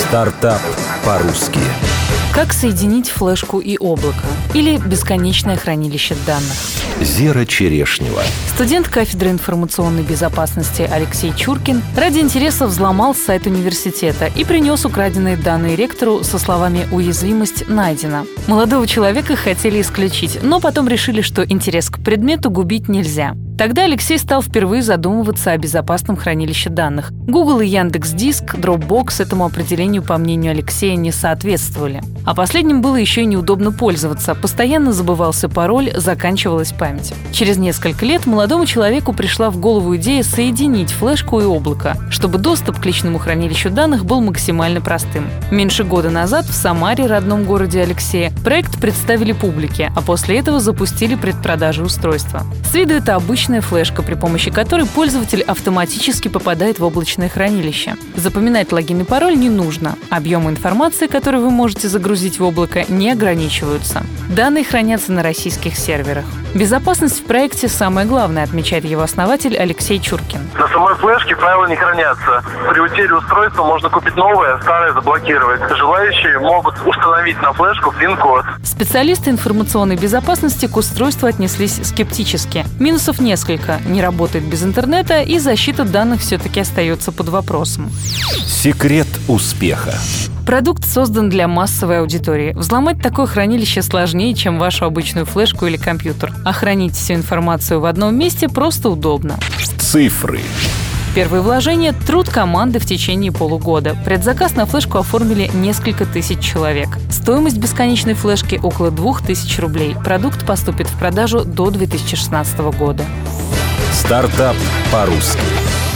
Стартап по-русски. Как соединить флешку и облако? Или бесконечное хранилище данных? Зера Черешнева. Студент кафедры информационной безопасности Алексей Чуркин ради интереса взломал сайт университета и принес украденные данные ректору со словами «Уязвимость найдена». Молодого человека хотели исключить, но потом решили, что интерес к предмету губить нельзя. Тогда Алексей стал впервые задумываться о безопасном хранилище данных. Google и Яндекс.Диск, Dropbox этому определению, по мнению Алексея, не соответствовали. А последним было еще и неудобно пользоваться. Постоянно забывался пароль, заканчивалась память. Через несколько лет молодому человеку пришла в голову идея соединить флешку и облако, чтобы доступ к личному хранилищу данных был максимально простым. Меньше года назад в Самаре, родном городе Алексея, проект представили публике, а после этого запустили предпродажу устройства. С виду это обычная флешка, при помощи которой пользователь автоматически попадает в облачное хранилище. Запоминать логин и пароль не нужно. Объемы информации, которые вы можете загрузить в облако, не ограничиваются. Данные хранятся на российских серверах. Безопасность в проекте самое главное, отмечает его основатель Алексей Чуркин. На самой флешке файлы не хранятся. При утере устройства можно купить новое, старое заблокировать. Желающие могут установить на флешку пин-код. Специалисты информационной безопасности к устройству отнеслись скептически. Минусов несколько. Не работает без интернета, и защита данных все-таки остается под вопросом. Секрет успеха. Продукт создан для массовой аудитории. Взломать такое хранилище сложнее, чем вашу обычную флешку или компьютер. А хранить всю информацию в одном месте просто удобно. Цифры. Первые вложения – труд команды в течение полугода. Предзаказ на флешку оформили несколько тысяч человек. Стоимость бесконечной флешки – около 2000 рублей. Продукт поступит в продажу до 2016 года. Стартап по-русски.